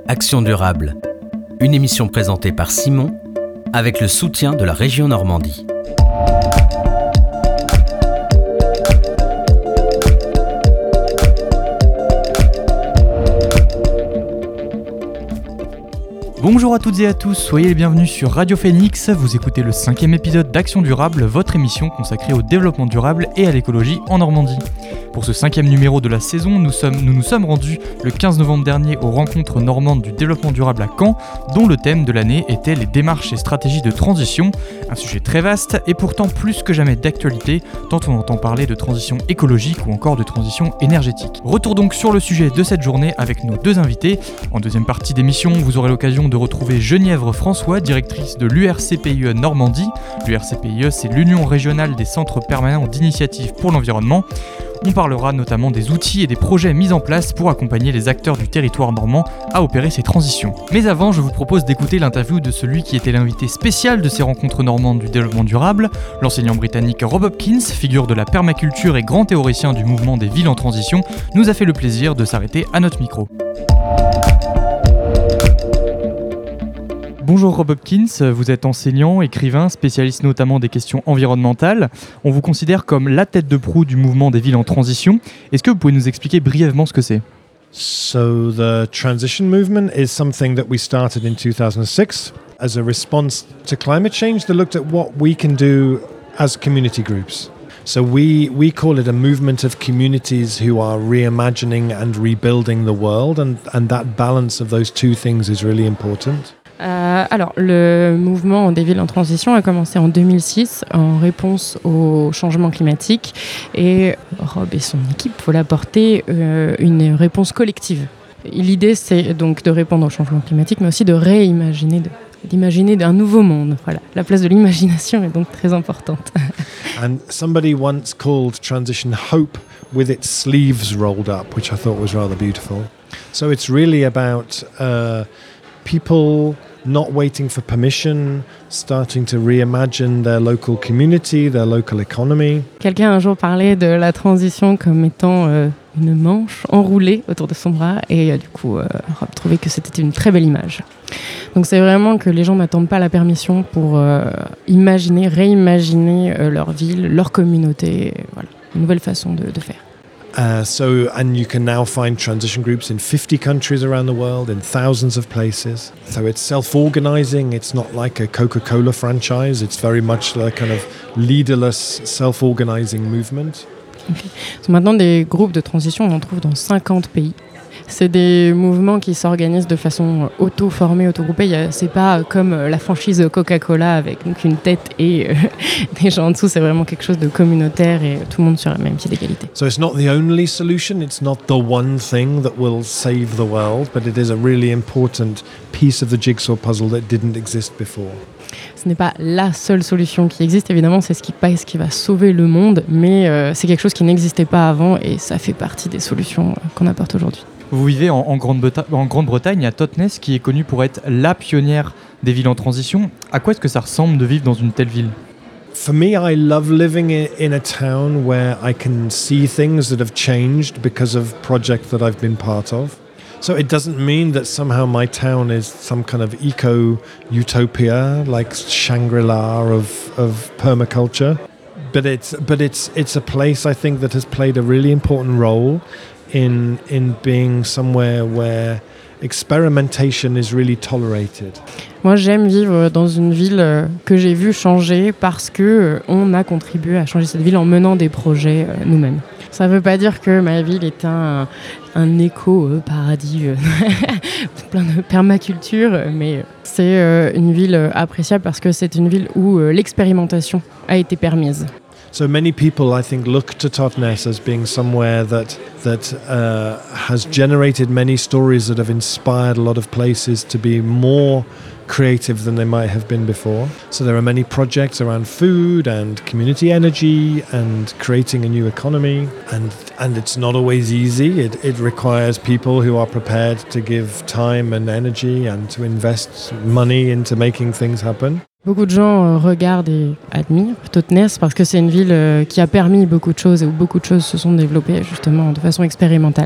Action durable, une émission présentée par Simon avec le soutien de la région Normandie. Bonjour à toutes et à tous, soyez les bienvenus sur Radio Phoenix, vous écoutez le 5e épisode d'Action durable, votre émission consacrée au développement durable et à l'écologie en Normandie. Pour ce 5e numéro de la saison, nous nous sommes rendus le 15 novembre dernier aux rencontres normandes du développement durable à Caen, dont le thème de l'année était les démarches et stratégies de transition, un sujet très vaste et pourtant plus que jamais d'actualité, tant on entend parler de transition écologique ou encore de transition énergétique. Retour donc sur le sujet de cette journée avec nos deux invités. En deuxième partie d'émission, vous aurez l'occasion de retrouver Genièvre François, directrice de l'URCPIE Normandie. L'URCPIE, c'est l'Union régionale des centres permanents d'initiative pour l'environnement. On parlera notamment des outils et des projets mis en place pour accompagner les acteurs du territoire normand à opérer ces transitions. Mais avant, je vous propose d'écouter l'interview de celui qui était l'invité spécial de ces rencontres normandes du développement durable, l'enseignant britannique Rob Hopkins, figure de la permaculture et grand théoricien du mouvement des villes en transition, nous a fait le plaisir de s'arrêter à notre micro. Bonjour Rob Hopkins, vous êtes enseignant, écrivain, spécialiste notamment des questions environnementales. On vous considère comme la tête de proue du mouvement des villes en transition. Est-ce que vous pouvez nous expliquer brièvement ce que c'est ? So the transition movement is something that we started in 2006 as a response to climate change that looked at what we can do as community groups. So we call it a movement of communities who are reimagining and rebuilding the world, and that balance of those two things is really important. Alors, le mouvement des villes en transition a commencé en 2006 en réponse au changement climatique et Rob et son équipe veulent apporter une réponse collective. L'idée, c'est donc de répondre au changement climatique, mais aussi de réimaginer, d'imaginer un nouveau monde. Voilà, la place de l'imagination est donc très importante. And somebody once called transition hope with its sleeves rolled up, which I thought was rather beautiful. So it's really about people not waiting for permission, starting to reimagine their local community, their local economy. Quelqu'un a un jour parlé de la transition comme étant une manche enroulée autour de son bras et du coup Rob trouvait que c'était une très belle image. Donc c'est vraiment que les gens n'attendent pas la permission pour imaginer, réimaginer leur ville, leur communauté, voilà, une nouvelle façon de faire. And you can now find transition groups in 50 countries around the world, in thousands of places. So it's self-organizing. It's not like a Coca-Cola franchise. It's very much like kind of leaderless, self-organizing movement. Okay. So maintenant, des groupes de transition, on en trouve dans 50 pays. C'est des mouvements qui s'organisent de façon auto-formée, auto-groupée. C'est pas comme la franchise Coca-Cola avec donc une tête et des gens en dessous. C'est vraiment quelque chose de communautaire et tout le monde sur le même pied d'égalité. So it's not the only solution. It's not the one thing that will save the world, but it is a really important piece of the jigsaw puzzle that didn't exist before. Ce n'est pas la seule solution qui existe, évidemment, c'est ce qui va sauver le monde, mais c'est quelque chose qui n'existait pas avant et ça fait partie des solutions qu'on apporte aujourd'hui. Vous vivez en Grande-Bretagne, à Totnes, qui est connue pour être la pionnière des villes en transition. À quoi est-ce que ça ressemble de vivre dans une telle ville ? For me, I love living in a town where I can see things that have changed because of projects that I've been part of. So it doesn't mean that somehow my town is some kind of eco-utopia, like Shangri-La of permaculture. But it's a place, I think, that has played a really important role in being somewhere where experimentation is really tolerated. Moi, j'aime vivre dans une ville que j'ai vue changer parce que on a contribué à changer cette ville en menant des projets nous-mêmes. Ça ne veut pas dire que ma ville est un éco-paradis plein de permaculture, mais c'est une ville appréciable parce que c'est une ville où l'expérimentation a été permise. So many people, I think, look to Totnes as being somewhere that has generated many stories that have inspired a lot of places to be more creative than they might have been before. So there are many projects around food and community energy and creating a new economy. And it's not always easy. It requires people who are prepared to give time and energy and to invest money into making things happen. Beaucoup de gens regardent et admirent Totnes parce que c'est une ville qui a permis beaucoup de choses et où beaucoup de choses se sont développées justement de façon expérimentale.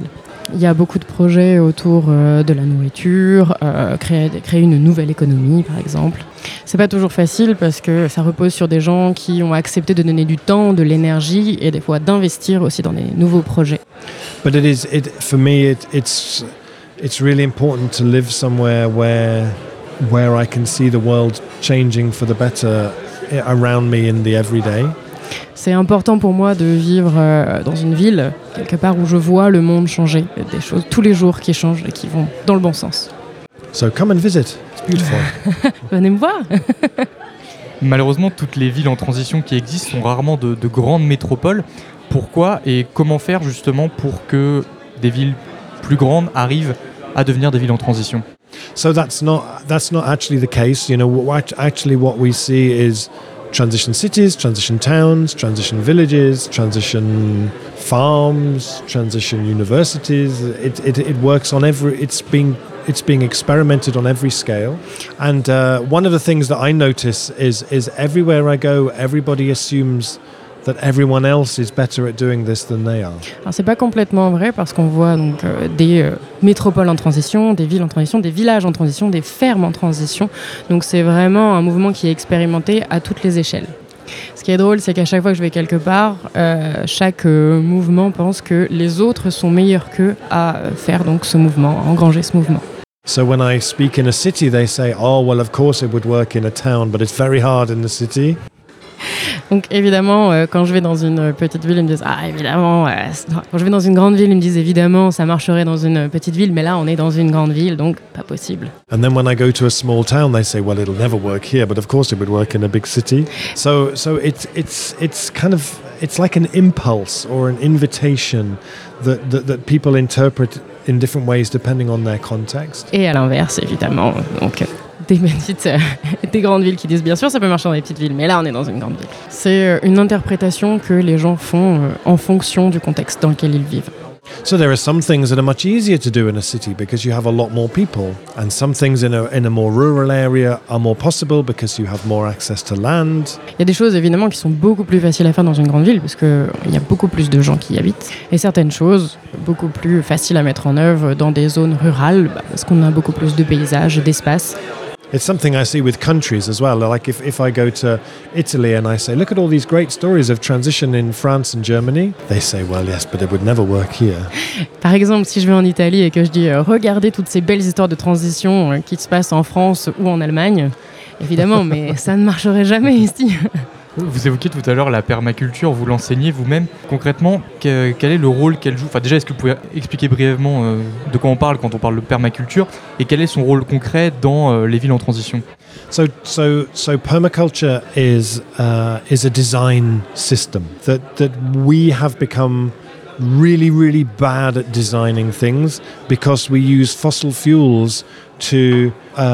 Il y a beaucoup de projets autour de la nourriture, créer une nouvelle économie par exemple. C'est pas toujours facile parce que ça repose sur des gens qui ont accepté de donner du temps, de l'énergie et des fois d'investir aussi dans des nouveaux projets. But for me, it's really important to live somewhere where I can see the world changing for the better around me in the everyday. C'est important pour moi de vivre dans une ville, quelque part où je vois le monde changer, des choses tous les jours qui changent et qui vont dans le bon sens. So come and visit, it's beautiful. Venez me voir. Malheureusement, toutes les villes en transition qui existent sont rarement de grandes métropoles. Pourquoi et comment faire justement pour que des villes plus grandes arrivent à devenir des villes en transition? So that's not actually the case. You know, what we see is transition cities, transition towns, transition villages, transition farms, transition universities. It works on it's being experimented on every scale. And one of the things that I notice is everywhere I go, everybody assumes that everyone else is better at doing this than they are. Alors c'est pas complètement vrai parce qu'on voit donc des métropoles en transition, des villes en transition, des villages en transition, des fermes en transition. Donc c'est vraiment un mouvement qui est expérimenté à toutes les échelles. Ce qui est drôle, c'est qu'à chaque fois que je vais quelque part, chaque mouvement pense que les autres sont meilleurs qu'eux à faire donc ce mouvement, à engranger ce mouvement. So when I speak in a city, they say, "Oh, well, of course it would work in a town, but it's very hard in the city." Donc évidemment, quand je vais dans une petite ville, ils me disent « Ah, évidemment !» Quand je vais dans une grande ville, ils me disent « Évidemment, ça marcherait dans une petite ville, mais là, on est dans une grande ville, donc pas possible. » And then when I go to a small town, they say, "Well, it'll never work here, but of course it would work in a big city." So it's kind of it's like an impulse or an invitation that people interpret in different ways depending on their context. Et à l'inverse, évidemment, donc des grandes villes qui disent bien sûr ça peut marcher dans les petites villes, mais là on est dans une grande ville. C'est une interprétation que les gens font en fonction du contexte dans lequel ils vivent. So there are some things that are much easier to do in a city because you have a lot more people, and some things in a more rural area are more possible because you have more access to land. Il y a des choses évidemment qui sont beaucoup plus faciles à faire dans une grande ville parce qu'il y a beaucoup plus de gens qui y habitent, et certaines choses beaucoup plus faciles à mettre en œuvre dans des zones rurales parce qu'on a beaucoup plus de paysages et d'espace. It's something I see with countries as well. Like if I go to Italy and I say, look at all these great stories of transition in France and Germany, they say, well, yes, but it would never work here. Par exemple, si je vais en Italie et que je dis regardez toutes ces belles histoires de transition qui se passent en France ou en Allemagne, évidemment, mais ça ne marcherait jamais ici. Vous évoquiez tout à l'heure la permaculture, vous l'enseignez vous-même. Concrètement, quel est le rôle qu'elle joue ? Enfin, déjà, est-ce que vous pouvez expliquer brièvement de quoi on parle quand on parle de permaculture et quel est son rôle concret dans les villes en transition ? So permaculture is a design system that we have become really, really bad at designing things because we use fossil fuels to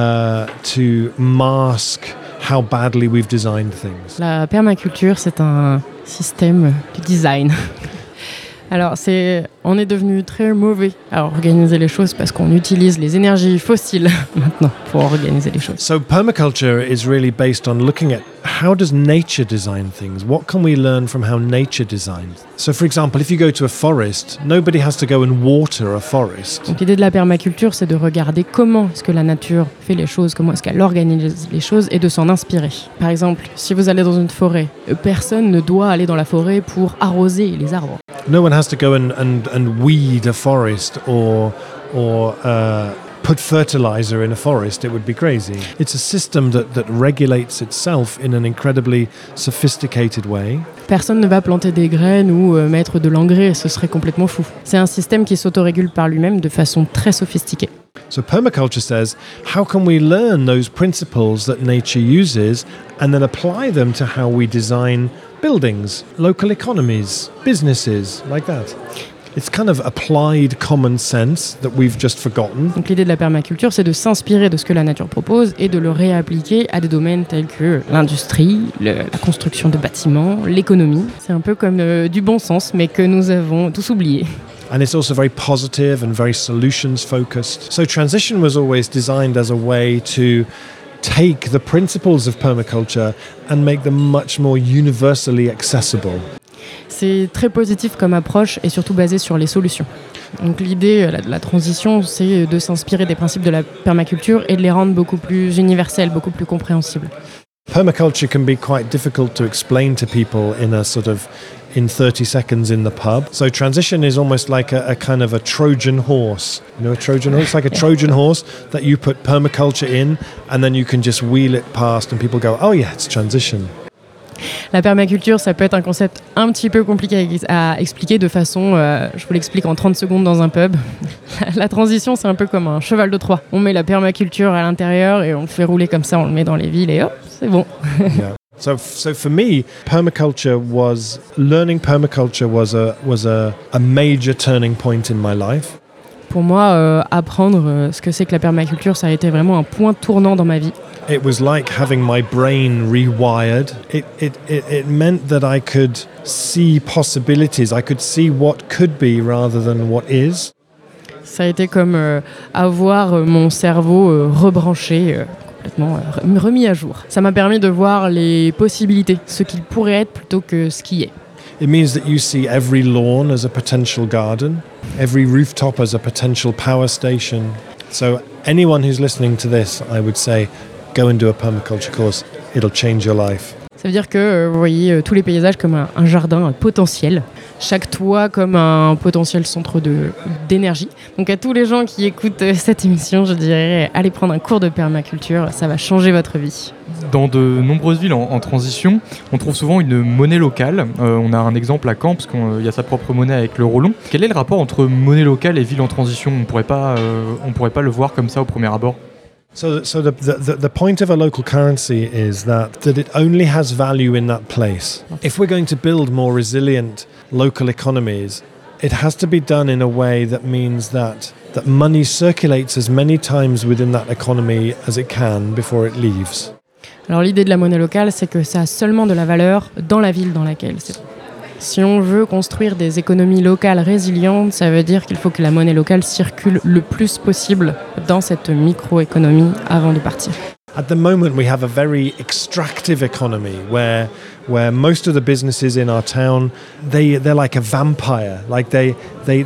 mask how badly we've designed things. La permaculture, c'est un système de design. Alors, on est devenu très mauvais à organiser les choses parce qu'on utilise les énergies fossiles maintenant pour organiser les choses. So permaculture is really based on looking at how does nature design things? What can we learn from how nature designs? So for example, if you go to a forest, nobody has to go and water a forest. Donc l'idée de la permaculture, c'est de regarder comment est-ce que la nature fait les choses, comment est-ce qu'elle organise les choses et de s'en inspirer. Par exemple, si vous allez dans une forêt, personne ne doit aller dans la forêt pour arroser les arbres. No one has to go and weed a forest or put fertilizer in a forest. It would be crazy. It's a system that regulates itself in an incredibly sophisticated way. Personne ne va planter des graines ou mettre de l'engrais, ce serait complètement fou. C'est un système qui s'autorégule par lui-même de façon très sophistiquée. So permaculture says, how can we learn those principles that nature uses and then apply them to how we design buildings, local economies, businesses, like that? It's kind of applied common sense that we've just forgotten. Donc l'idée de la permaculture, c'est de s'inspirer de ce que la nature propose et de le réappliquer à des domaines tels que l'industrie, la construction de bâtiments, l'économie. C'est un peu comme du bon sens, mais que nous avons tous oublié. And it's also very positive and very solutions focused. So transition was always designed as a way to take the principles of permaculture and make them much more universally accessible. C'est très positif comme approche et surtout basé sur les solutions. Donc l'idée de la transition, c'est de s'inspirer des principes de la permaculture et de les rendre beaucoup plus universels, beaucoup plus compréhensibles. Permaculture can be quite difficult to explain to people in 30 seconds in the pub. So transition is almost like a kind of a Trojan horse. You know a Trojan horse? It's like a Trojan horse that you put permaculture in and then you can just wheel it past and people go, oh yeah, it's transition. La permaculture, ça peut être un concept un petit peu compliqué à expliquer de façon, je vous l'explique en 30 secondes dans un pub. La transition, c'est un peu comme un cheval de Troie. On met la permaculture à l'intérieur et on le fait rouler comme ça, on le met dans les villes et hop, c'est bon. Yeah. So for me, learning permaculture was a major turning point in my life. Pour moi, apprendre ce que c'est que la permaculture, ça a été vraiment un point tournant dans ma vie. It was like having my brain rewired. It meant that I could see possibilities. I could see what could be rather than what is. Ça a été comme avoir mon cerveau rebranché, complètement remis à jour. Ça m'a permis de voir les possibilités, ce qu'il pourrait être plutôt que ce qui est. It means that you see every lawn as a potential garden, every rooftop as a potential power station. So anyone who's listening to this, I would say, go and do a permaculture course. It'll change your life. Ça veut dire que vous voyez tous les paysages comme un jardin potentiel, chaque toit comme un potentiel centre d'énergie. Donc à tous les gens qui écoutent cette émission, je dirais allez prendre un cours de permaculture, ça va changer votre vie. Dans de nombreuses villes en transition, on trouve souvent une monnaie locale. On a un exemple à Caen, parce qu'il y a sa propre monnaie avec le rollon. Quel est le rapport entre monnaie locale et ville en transition ? On pourrait pas le voir comme ça au premier abord. So the point of a local currency is that it only has value in that place. If we're going to build more resilient local economies, it has to be done in a way that means that money circulates as many times within that economy as it can before it leaves. Alors l'idée de la monnaie locale, c'est que ça a seulement de la valeur dans la ville dans laquelle c'est. Si on veut construire des économies locales résilientes, ça veut dire qu'il faut que la monnaie locale circule le plus possible dans cette microéconomie avant de partir. At the moment, we have a very extractive economy where most of the businesses in our town, they're like a vampire. Like they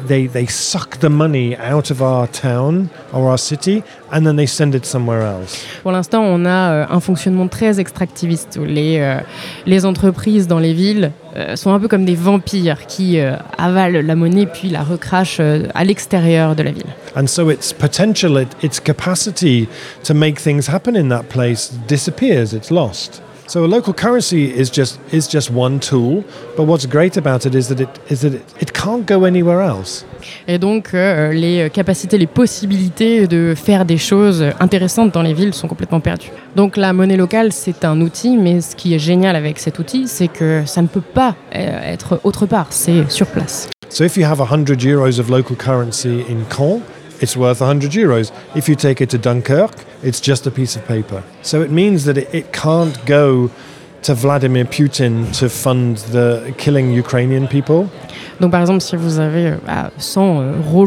suck the money out of our town or our city and then they send it somewhere else. Pour l'instant, on a un fonctionnement très extractiviste où les entreprises dans les villes sont un peu comme des vampires qui avalent la monnaie puis la recrachent à l'extérieur de la ville. And so its potential, its capacity to make things happen in that place disappears, it's lost. So a local currency is just one tool, but what's great about it is that it can't go anywhere else. Et donc les capacités, les possibilités de faire des choses intéressantes dans les villes sont complètement perdues. Donc la monnaie locale, c'est un outil, mais ce qui est génial avec cet outil, c'est que ça ne peut pas être autre part, c'est sur place. So if you have 100 euros of local currency in Caen, it's worth 100 euros. If you take it to Dunkirk, it's just a piece of paper. So it means that it can't go to Vladimir Putin to fund the killing Ukrainian people. Donc par exemple, si vous avez 100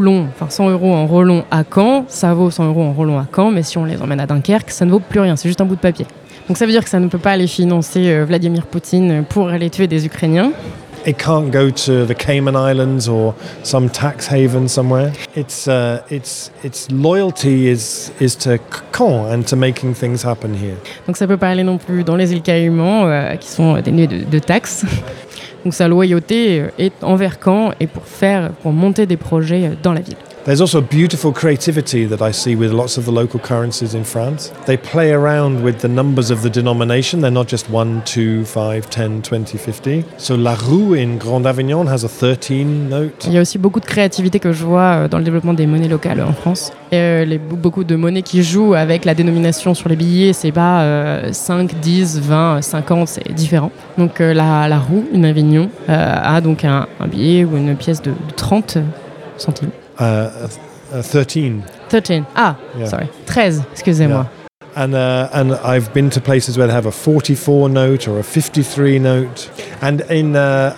euros en rollon à Caen, ça vaut 100 euros en rollon à Caen, mais si on les emmène à Dunkerque, ça ne vaut plus rien, c'est juste un bout de papier. Donc ça veut dire que ça ne peut pas aller financer Vladimir Poutine pour aller tuer des Ukrainiens. It can't go to the Cayman Islands or some tax haven somewhere. Its loyalty is to Caen and to making things happen here. Donc ça peut pas aller non plus dans les îles Caïmans qui sont dénuées de taxes. Donc sa loyauté est envers Caen et pour monter des projets dans la ville. There's also beautiful creativity that I see with lots of the local currencies in France. They play around with the numbers of the denomination. They're not just 1, 2, 5, 10, 20, 50. So La Roue in Grand Avignon has a 13 note. Il y a aussi beaucoup de créativité que je vois dans le développement des monnaies locales en France. Beaucoup de monnaies qui jouent avec la dénomination sur les billets, c'est pas 5, 10, 20, 50, c'est différent. Donc la Roue, une Avignon, a donc un billet ou une pièce de 30 centimes. 13. 13. Ah, yeah. Sorry. 13, excusez-moi. Yeah. And I've been to places where they have a 44 note or a 53 note. And in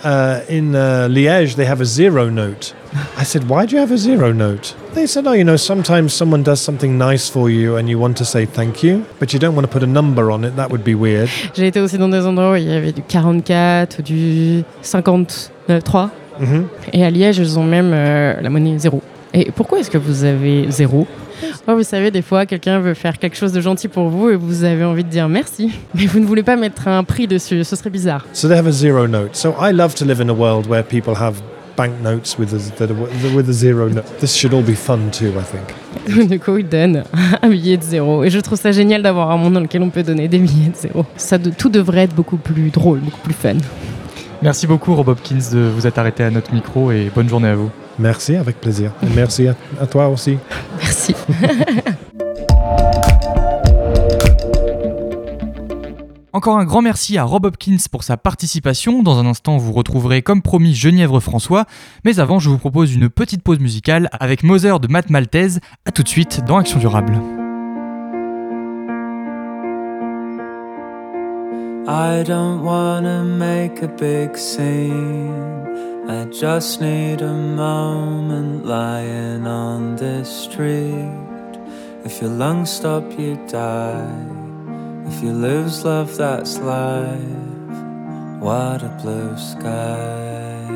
Liège, they have a 0 note. I said, why do you have a 0 note? They said, sometimes someone does something nice for you and you want to say thank you, but you don't want to put a number on it. That would be weird. J'ai été aussi dans des endroits où il y avait du 44 ou du 53. Mm-hmm. Et à Liège, ils ont même la monnaie 0. Et pourquoi est-ce que vous avez 0 ? Vous savez, des fois, quelqu'un veut faire quelque chose de gentil pour vous et vous avez envie de dire merci, mais vous ne voulez pas mettre un prix dessus, ce serait bizarre. So they have a 0 note. So I love to live in a world where people have banknotes with a 0 note. This should all be fun too, I think. Du coup, il donne un billet de 0. Et je trouve ça génial d'avoir un monde dans lequel on peut donner des billets de 0. Tout devrait être beaucoup plus drôle, beaucoup plus fun. Merci beaucoup Rob Hopkins de vous être arrêté à notre micro et bonne journée à vous. Merci, avec plaisir. Et merci à toi aussi. Merci. Encore un grand merci à Rob Hopkins pour sa participation. Dans un instant, vous retrouverez comme promis Genièvre François. Mais avant, je vous propose une petite pause musicale avec Mother de Matt Maltese. A tout de suite dans Action Durable. I don't wanna make a big scene. I just need a moment lying on this street. If your lungs stop, you die. If you lose love, that's life. What a blue sky.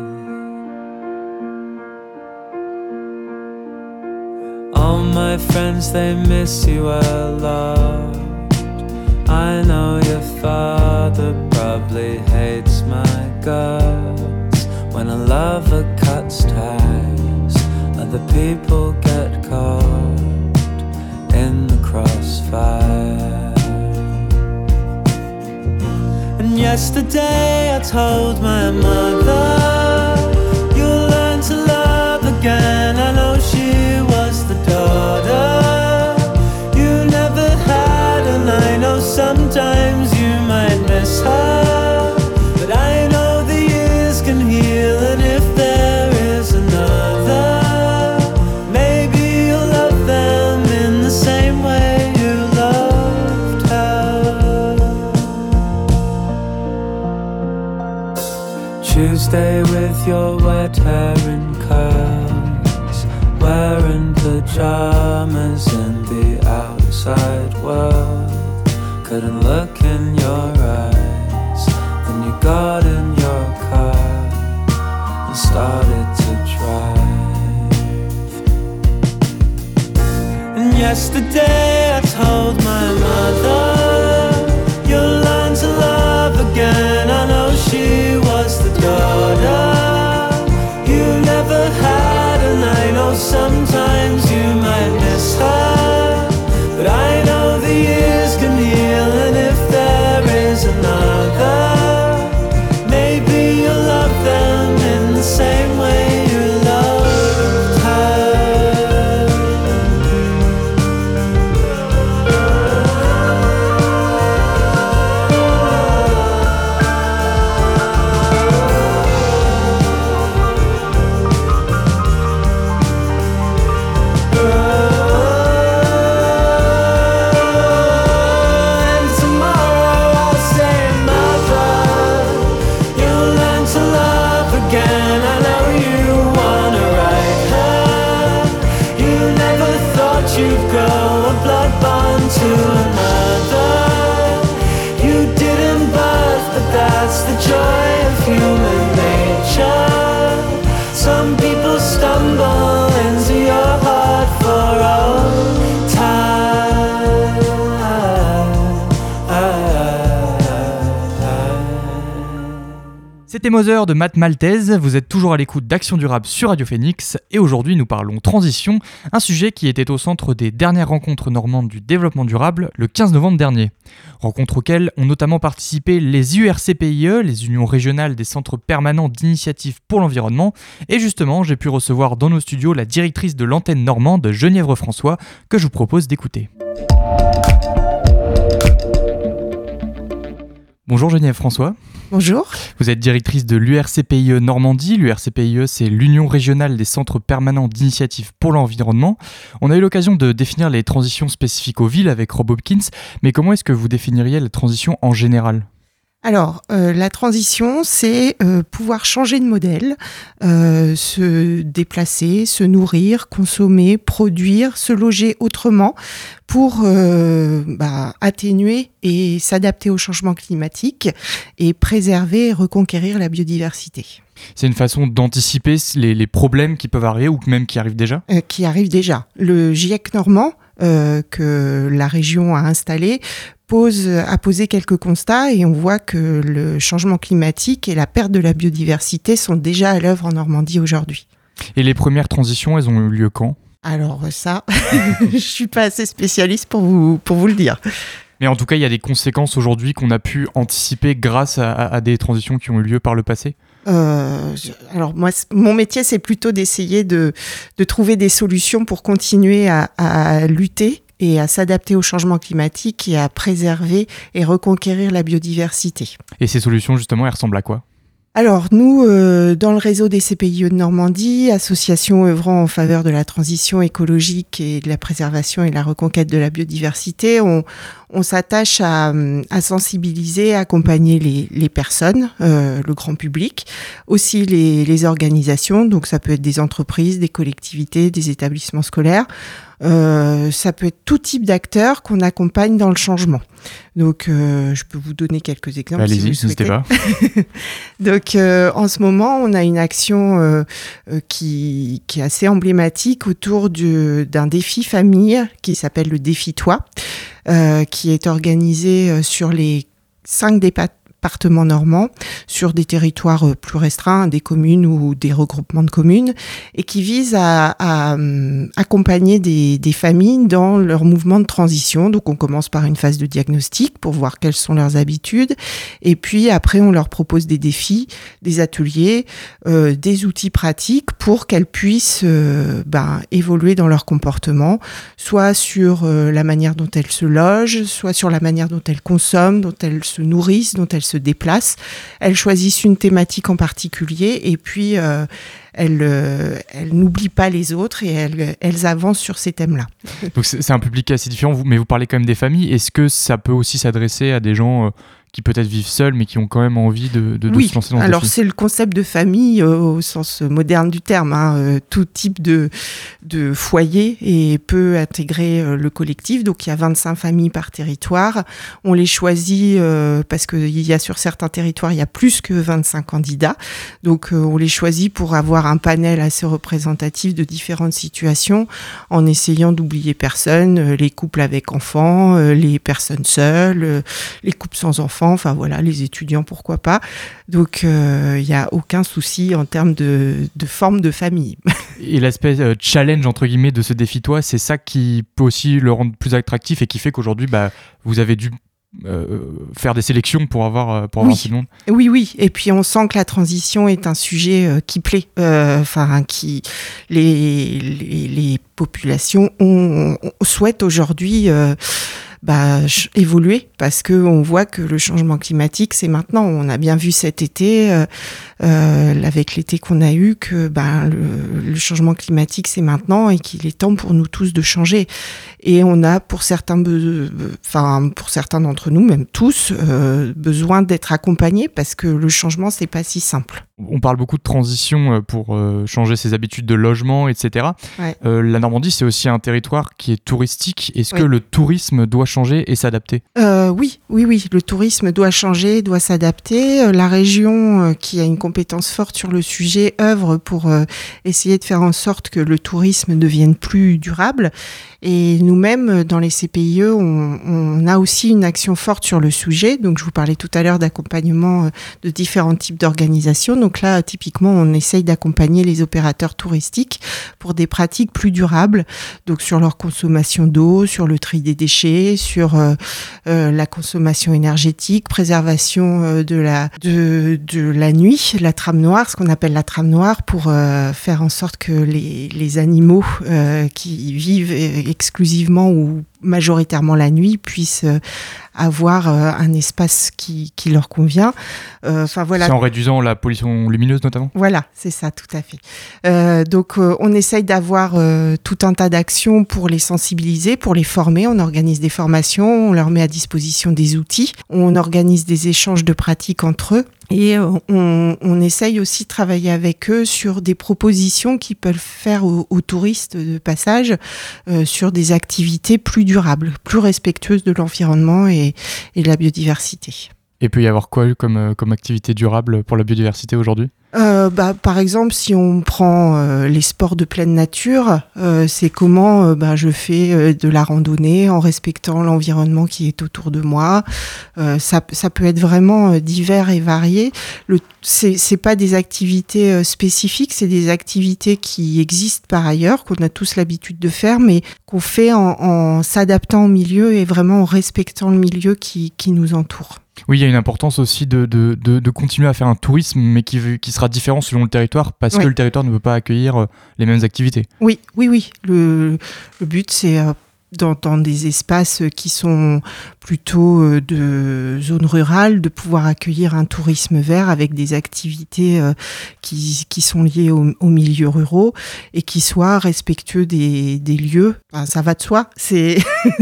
All my friends, they miss you a lot. I know your father probably hates my guts. When a lover cuts ties, other people get caught in the crossfire. And yesterday I told my mother, you'll learn to love again. I know she was the daughter you never had, and I know sometimes you might miss her, but I know the years can heal, and if there is another, maybe you'll love them in the same way you loved her. Tuesday with your wet hair in curls, wearing pajamas in the outside world. Couldn't look in your eyes. Then you got in your car and started to drive. And yesterday I told my mother, you'll learn to love again. I know she was the daughter you never had, and I know sometimes you might miss her, but I know the years can heal, and if there is another, maybe you'll love them in the same way you loved her. You'd grow a blood bond to another. You didn't birth, but that's the joy of human nature. Some people stumble into your heart for all time. C'était Mother de Matt Maltese, vous êtes toujours à l'écoute d'Action Durable sur Radio Phoenix et aujourd'hui nous parlons transition, un sujet qui était au centre des dernières rencontres normandes du développement durable le 15 novembre dernier. Rencontres auxquelles ont notamment participé les URCPIE, les Unions Régionales des Centres Permanents d'Initiative pour l'Environnement, et justement j'ai pu recevoir dans nos studios la directrice de l'antenne normande, Genièvre François, que je vous propose d'écouter. Bonjour Genièvre François. Bonjour. Vous êtes directrice de l'URCPIE Normandie. L'URCPIE, c'est l'Union Régionale des Centres Permanents d'Initiative pour l'Environnement. On a eu l'occasion de définir les transitions spécifiques aux villes avec Rob Hopkins, mais comment est-ce que vous définiriez la transition en général ? Alors, la transition, c'est pouvoir changer de modèle, se déplacer, se nourrir, consommer, produire, se loger autrement pour atténuer et s'adapter au changement climatique et préserver et reconquérir la biodiversité. C'est une façon d'anticiper les problèmes qui peuvent arriver ou même qui arrivent déjà ? Qui arrivent déjà. Le GIEC normand, que la région a installé, a posé quelques constats et on voit que le changement climatique et la perte de la biodiversité sont déjà à l'œuvre en Normandie aujourd'hui. Et les premières transitions, elles ont eu lieu quand ? Alors ça, je suis pas assez spécialiste pour vous le dire. Mais en tout cas, il y a des conséquences aujourd'hui qu'on a pu anticiper grâce à des transitions qui ont eu lieu par le passé ? Alors moi, mon métier, c'est plutôt d'essayer de trouver des solutions pour continuer à lutter et à s'adapter au changement climatique et à préserver et reconquérir la biodiversité. Et ces solutions, justement, elles ressemblent à quoi ? Alors nous, dans le réseau des CPIE de Normandie, association œuvrant en faveur de la transition écologique et de la préservation et la reconquête de la biodiversité, on s'attache à sensibiliser, à accompagner les personnes, le grand public, aussi les organisations, donc ça peut être des entreprises, des collectivités, des établissements scolaires. Ça peut être tout type d'acteurs qu'on accompagne dans le changement. Donc, je peux vous donner quelques exemples. Allez-y, si vous n'hésitez pas. Donc, en ce moment, on a une action qui est assez emblématique autour d'un défi famille qui s'appelle le défi Toi, qui est organisé sur les 5 départements normands, sur des territoires plus restreints, des communes ou des regroupements de communes, et qui vise à accompagner des familles dans leur mouvement de transition. Donc on commence par une phase de diagnostic pour voir quelles sont leurs habitudes, et puis après on leur propose des défis, des ateliers, des outils pratiques pour qu'elles puissent évoluer dans leur comportement, soit sur la manière dont elles se logent, soit sur la manière dont elles consomment, dont elles se nourrissent, dont elles se déplacent. Elles choisissent une thématique en particulier et puis elles n'oublient pas les autres et elles avancent sur ces thèmes-là. Donc c'est un public assez différent, mais vous parlez quand même des familles. Est-ce que ça peut aussi s'adresser à des gens qui peut-être vivent seuls mais qui ont quand même envie de se lancer dans ce défi ? Alors c'est le concept de famille au sens moderne du terme. Tout type de foyer et peut intégrer le collectif. Donc il y a 25 familles par territoire. On les choisit parce qu'il y a sur certains territoires, il y a plus que 25 candidats. Donc on les choisit pour avoir un panel assez représentatif de différentes situations en essayant d'oublier personne, les couples avec enfants, les personnes seules, les couples sans enfants. Enfin voilà, les étudiants, pourquoi pas. Donc, il n'y a aucun souci en termes de forme de famille. Et l'aspect challenge, entre guillemets, de ce défi Toi, c'est ça qui peut aussi le rendre plus attractif et qui fait qu'aujourd'hui, vous avez dû faire des sélections pour avoir tout le monde. Oui. Et puis, on sent que la transition est un sujet qui plaît. Qui les populations souhaitent aujourd'hui évoluer parce qu'on voit que le changement climatique, c'est maintenant. On a bien vu cet été, avec l'été qu'on a eu, que le changement climatique, c'est maintenant et qu'il est temps pour nous tous de changer. Et on a, pour certains d'entre nous, même tous, besoin d'être accompagnés parce que le changement, c'est pas si simple. On parle beaucoup de transition pour changer ses habitudes de logement, etc. Ouais. La Normandie, c'est aussi un territoire qui est touristique. Est-ce que le tourisme doit changer et s'adapter ? Oui. Le tourisme doit changer, doit s'adapter. La région, qui a une compétence forte sur le sujet, œuvre pour essayer de faire en sorte que le tourisme devienne plus durable. Et nous-mêmes, dans les CPIE, on a aussi une action forte sur le sujet. Donc, je vous parlais tout à l'heure d'accompagnement de différents types d'organisations. Donc là, typiquement, on essaye d'accompagner les opérateurs touristiques pour des pratiques plus durables. Donc, sur leur consommation d'eau, sur le tri des déchets, sur la consommation énergétique, préservation de la nuit, la trame noire, ce qu'on appelle la trame noire, pour faire en sorte que les animaux qui vivent exclusivement ou majoritairement la nuit, puissent avoir un espace qui leur convient. Voilà. C'est en réduisant la pollution lumineuse notamment ? Voilà, c'est ça, tout à fait. Donc, on essaye d'avoir tout un tas d'actions pour les sensibiliser, pour les former. On organise des formations, on leur met à disposition des outils, on organise des échanges de pratiques entre eux. Et on essaye aussi de travailler avec eux sur des propositions qu'ils peuvent faire aux touristes de passage sur des activités plus durables, plus respectueuses de l'environnement et de la biodiversité. Et peut y avoir quoi comme activité durable pour la biodiversité aujourd'hui ? Par exemple, si on prend les sports de pleine nature, c'est comment je fais de la randonnée en respectant l'environnement qui est autour de moi. Ça peut être vraiment divers et varié. C'est pas des activités spécifiques, c'est des activités qui existent par ailleurs, qu'on a tous l'habitude de faire, mais qu'on fait en s'adaptant au milieu et vraiment en respectant le milieu qui nous entoure. Oui, il y a une importance aussi de continuer à faire un tourisme, mais qui sera différent selon le territoire, parce que le territoire ne peut pas accueillir les mêmes activités. Oui. Le but, c'est dans des espaces qui sont plutôt de zones rurales, de pouvoir accueillir un tourisme vert avec des activités qui sont liées aux milieux ruraux et qui soient respectueux des lieux. Enfin, ça va de soi, c'est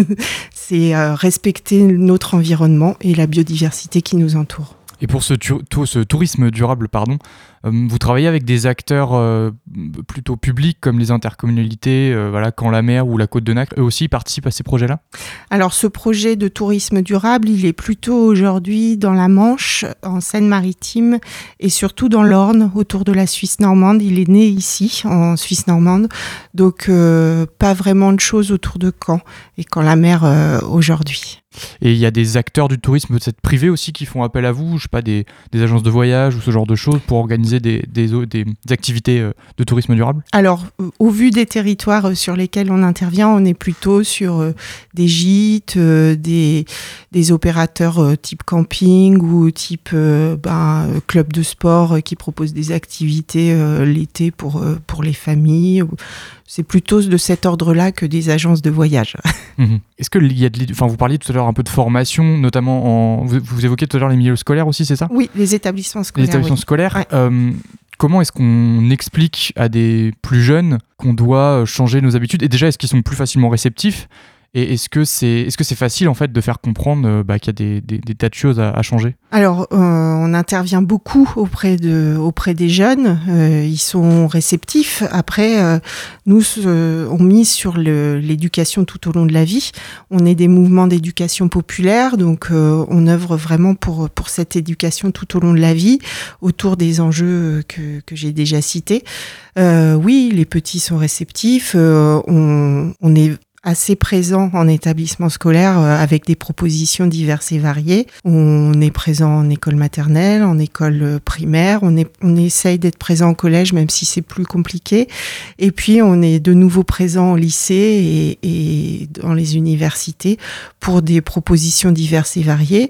respecter notre environnement et la biodiversité qui nous entoure. Et pour ce tourisme durable, vous travaillez avec des acteurs plutôt publics comme les intercommunalités, Caen-la-Mer ou la Côte de Nacre, eux aussi participent à ces projets-là ? Alors ce projet de tourisme durable, il est plutôt aujourd'hui dans la Manche, en Seine-Maritime et surtout dans l'Orne, autour de la Suisse normande. Il est né ici, en Suisse normande, donc pas vraiment de choses autour de Caen et Caen-la-Mer aujourd'hui. Et il y a des acteurs du tourisme peut-être privés aussi qui font appel à vous, je sais pas, des agences de voyage ou ce genre de choses pour organiser des activités de tourisme durable ? Alors, au vu des territoires sur lesquels on intervient, on est plutôt sur des gîtes, des opérateurs type camping ou type club de sport qui proposent des activités l'été pour les familles. C'est plutôt de cet ordre-là que des agences de voyage. Est-ce que vous parliez tout à l'heure un peu de formation, notamment vous évoquiez tout à l'heure les milieux scolaires aussi, c'est ça ? Oui, les établissements scolaires. Les établissements scolaires. Ouais. Comment est-ce qu'on explique à des plus jeunes qu'on doit changer nos habitudes ? Et déjà, est-ce qu'ils sont plus facilement réceptifs ? Et est-ce que c'est facile en fait de faire comprendre qu'il y a des tas de choses à changer ? Alors, on intervient beaucoup auprès des jeunes. Ils sont réceptifs. Après, nous, on mise sur l'éducation tout au long de la vie. On est des mouvements d'éducation populaire, donc on œuvre vraiment pour cette éducation tout au long de la vie, autour des enjeux que j'ai déjà cités. Oui, les petits sont réceptifs. On est assez présent en établissement scolaire avec des propositions diverses et variées. On est présent en école maternelle, en école primaire, on essaye d'être présent au collège même si c'est plus compliqué. Et puis on est de nouveau présent au lycée et dans les universités pour des propositions diverses et variées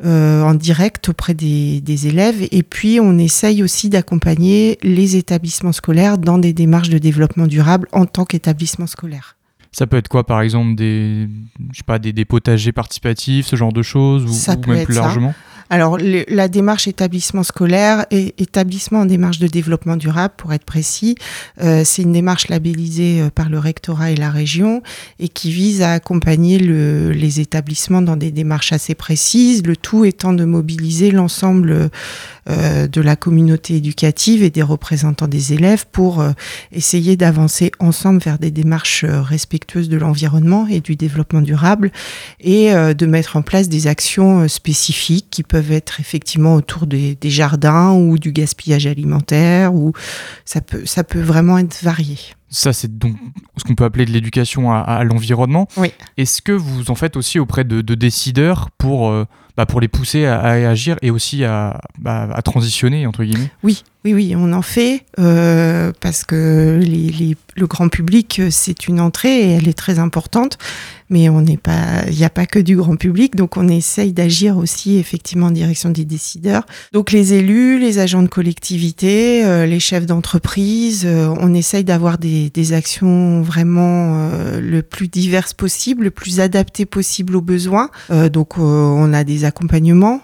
en direct auprès des élèves. Et puis on essaye aussi d'accompagner les établissements scolaires dans des démarches de développement durable en tant qu'établissement scolaire. Ça peut être quoi, par exemple, des potagers participatifs, ce genre de choses, ou même plus largement ? Alors, la démarche établissement scolaire et établissement en démarche de développement durable, pour être précis, c'est une démarche labellisée par le rectorat et la région et qui vise à accompagner les établissements dans des démarches assez précises, le tout étant de mobiliser l'ensemble de la communauté éducative et des représentants des élèves pour essayer d'avancer ensemble vers des démarches respectueuses de l'environnement et du développement durable et de mettre en place des actions spécifiques qui peuvent être effectivement autour des jardins ou du gaspillage alimentaire, ou ça peut vraiment être varié. Ça, c'est donc ce qu'on peut appeler de l'éducation à l'environnement. Oui. Est-ce que vous en faites aussi auprès de décideurs pour pour les pousser à agir et aussi à transitionner, entre guillemets. Oui, on en fait parce que le grand public, c'est une entrée et elle est très importante, mais il n'y a pas que du grand public, donc on essaye d'agir aussi effectivement en direction des décideurs. Donc les élus, les agents de collectivité, les chefs d'entreprise, on essaye d'avoir des actions vraiment le plus diverses possible, le plus adaptées possible aux besoins. Donc on a des accompagnements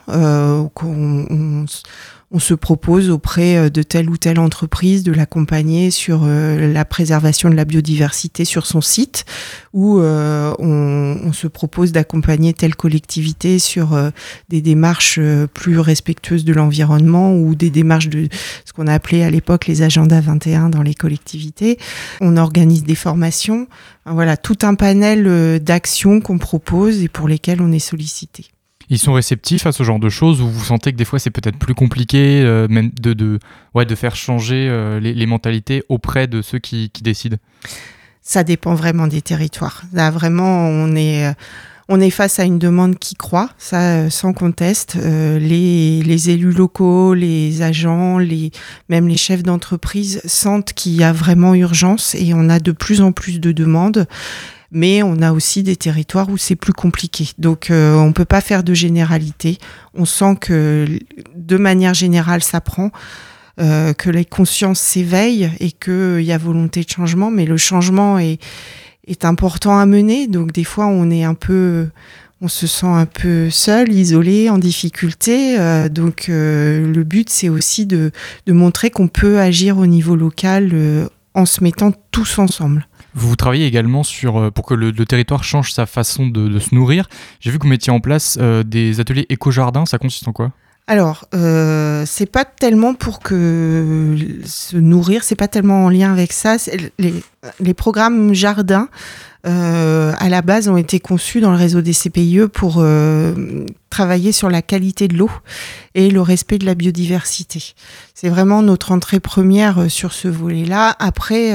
on se propose auprès de telle ou telle entreprise de l'accompagner sur la préservation de la biodiversité sur son site, ou on se propose d'accompagner telle collectivité sur des démarches plus respectueuses de l'environnement, ou des démarches de ce qu'on a appelé à l'époque les agendas 21 dans les collectivités. On organise des formations. Voilà, tout un panel d'actions qu'on propose et pour lesquelles on est sollicité. Ils sont réceptifs à ce genre de choses, ou vous sentez que des fois c'est peut-être plus compliqué même de faire changer les mentalités auprès de ceux qui décident? Ça dépend vraiment des territoires. Là, vraiment, on est face à une demande qui croît, ça sans conteste. Les élus locaux, les agents, même les chefs d'entreprise sentent qu'il y a vraiment urgence et on a de plus en plus de demandes. Mais on a aussi des territoires où c'est plus compliqué. Donc on ne peut pas faire de généralité. On sent que de manière générale, ça prend, que les consciences s'éveillent et qu'il y a volonté de changement. Mais le changement est important à mener. Donc des fois, on se sent un peu seul, isolé, en difficulté. Donc le but, c'est aussi de montrer qu'on peut agir au niveau local en se mettant tous ensemble. Vous travaillez également pour que le territoire change sa façon de se nourrir. J'ai vu que vous mettiez en place des ateliers éco-jardins. Ça consiste en quoi ? Alors, c'est pas tellement pour que se nourrir, c'est pas tellement en lien avec ça. Les programmes jardins, à la base, ont été conçus dans le réseau des CPIE pour travailler sur la qualité de l'eau et le respect de la biodiversité. C'est vraiment notre entrée première sur ce volet-là. Après,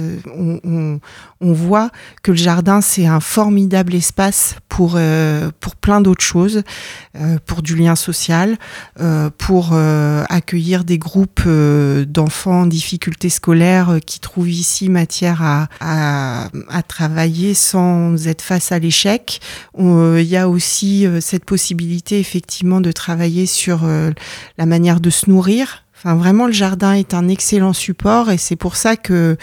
on voit que le jardin, c'est un formidable espace pour plein d'autres choses, pour du lien social, pour accueillir des groupes d'enfants en difficulté scolaire qui trouvent ici matière à travailler sans être face à l'échec. Il y a aussi cette possibilité effectivement de travailler sur la manière de se nourrir. Enfin, vraiment, le jardin est un excellent support et c'est pour ça que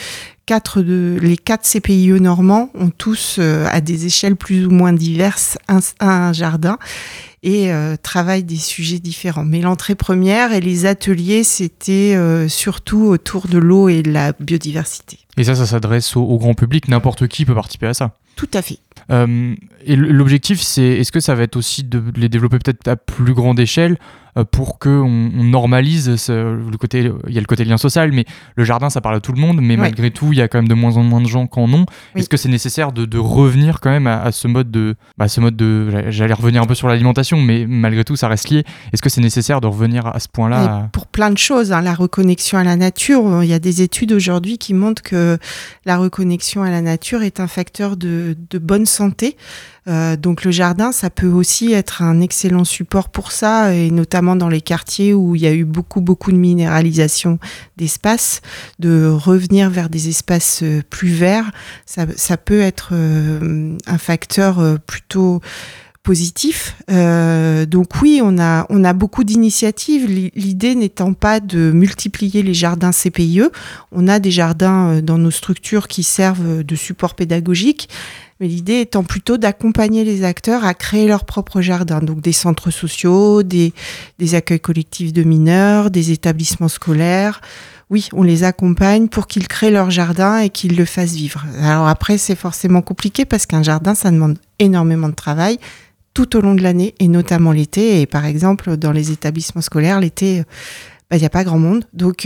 les 4 CPIE normands ont tous, à des échelles plus ou moins diverses, un jardin et travaillent des sujets différents. Mais l'entrée première et les ateliers, c'était surtout autour de l'eau et de la biodiversité. Et ça s'adresse au grand public, n'importe qui peut participer à ça. Tout à fait. Et l'objectif, est-ce que ça va être aussi de les développer peut-être à plus grande échelle pour qu'on normalise le côté, il y a le côté lien social, mais le jardin, ça parle à tout le monde, mais malgré tout, il y a quand même de moins en moins de gens qui en ont. Oui. Est-ce que c'est nécessaire de revenir quand même à ce mode de... j'allais revenir un peu sur l'alimentation, mais malgré tout, ça reste lié. Est-ce que c'est nécessaire de revenir à ce point-là Pour plein de choses, la reconnexion à la nature, il y a des études aujourd'hui qui montrent que la reconnexion à la nature est un facteur de bonne santé. Donc le jardin, ça peut aussi être un excellent support pour ça, et notamment dans les quartiers où il y a eu beaucoup de minéralisation d'espace, de revenir vers des espaces plus verts, ça peut être un facteur plutôt positif. Donc oui, on a beaucoup d'initiatives. L'idée n'étant pas de multiplier les jardins CPIE, on a des jardins dans nos structures qui servent de support pédagogique. Mais l'idée étant plutôt d'accompagner les acteurs à créer leur propre jardin. Donc des centres sociaux, des accueils collectifs de mineurs, des établissements scolaires. Oui, on les accompagne pour qu'ils créent leur jardin et qu'ils le fassent vivre. Alors après, c'est forcément compliqué parce qu'un jardin, ça demande énormément de travail tout au long de l'année et notamment l'été. Et par exemple, dans les établissements scolaires, l'été, il n'y a pas grand monde. Donc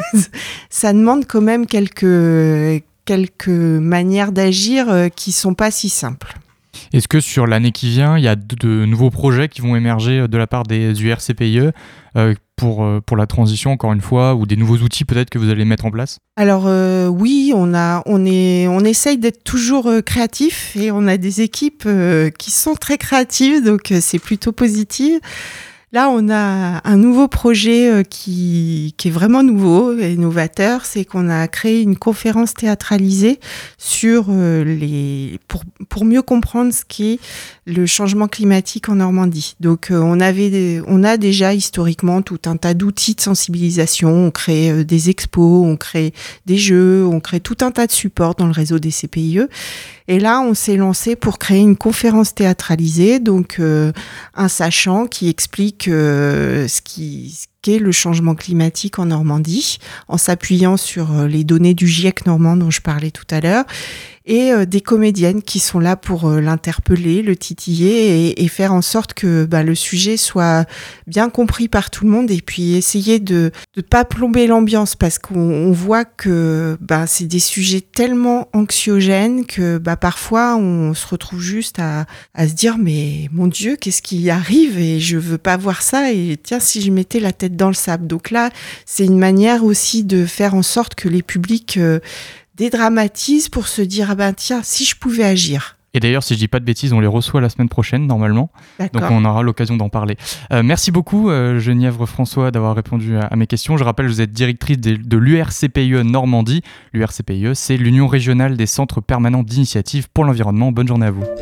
ça demande quand même quelques manières d'agir qui sont pas si simples. Est-ce que sur l'année qui vient, il y a de nouveaux projets qui vont émerger de la part du RCPIE pour la transition, encore une fois, ou des nouveaux outils peut-être que vous allez mettre en place ? Alors oui, on essaye d'être toujours créatif et on a des équipes qui sont très créatives, donc c'est plutôt positif. Là, on a un nouveau projet qui est vraiment nouveau et novateur, c'est qu'on a créé une conférence théâtralisée sur pour mieux comprendre ce qu'est le changement climatique en Normandie. Donc, on a déjà historiquement tout un tas d'outils de sensibilisation. On crée des expos, on crée des jeux, on crée tout un tas de supports dans le réseau des CPIE. Et là, on s'est lancé pour créer une conférence théâtralisée, donc un sachant qui explique ce qu'est le changement climatique en Normandie, en s'appuyant sur les données du GIEC normand dont je parlais tout à l'heure, et des comédiennes qui sont là pour l'interpeller, le titiller et faire en sorte que le sujet soit bien compris par tout le monde, et puis essayer de pas plomber l'ambiance, parce qu'on voit que c'est des sujets tellement anxiogènes que parfois on se retrouve juste à se dire mais mon Dieu, qu'est-ce qui arrive et je veux pas voir ça, et tiens, si je mettais la tête dans le sable. Donc là, c'est une manière aussi de faire en sorte que les publics dédramatisent pour se dire tiens, si je pouvais agir. Et d'ailleurs, si je dis pas de bêtises, on les reçoit la semaine prochaine normalement. D'accord. Donc on aura l'occasion d'en parler. Merci beaucoup Genièvre François d'avoir répondu à mes questions. Je rappelle, vous êtes directrice de l'URCPIE Normandie. L'URCPIE, c'est l'Union régionale des centres permanents d'initiative pour l'environnement. Bonne journée à vous.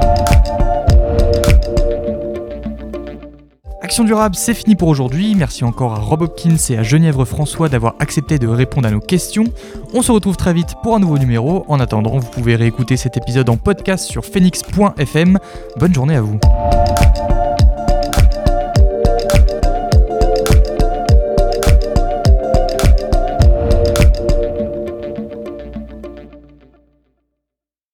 Action durable, c'est fini pour aujourd'hui. Merci encore à Rob Hopkins et à Genièvre François d'avoir accepté de répondre à nos questions. On se retrouve très vite pour un nouveau numéro. En attendant, vous pouvez réécouter cet épisode en podcast sur phoenix.fm. Bonne journée à vous.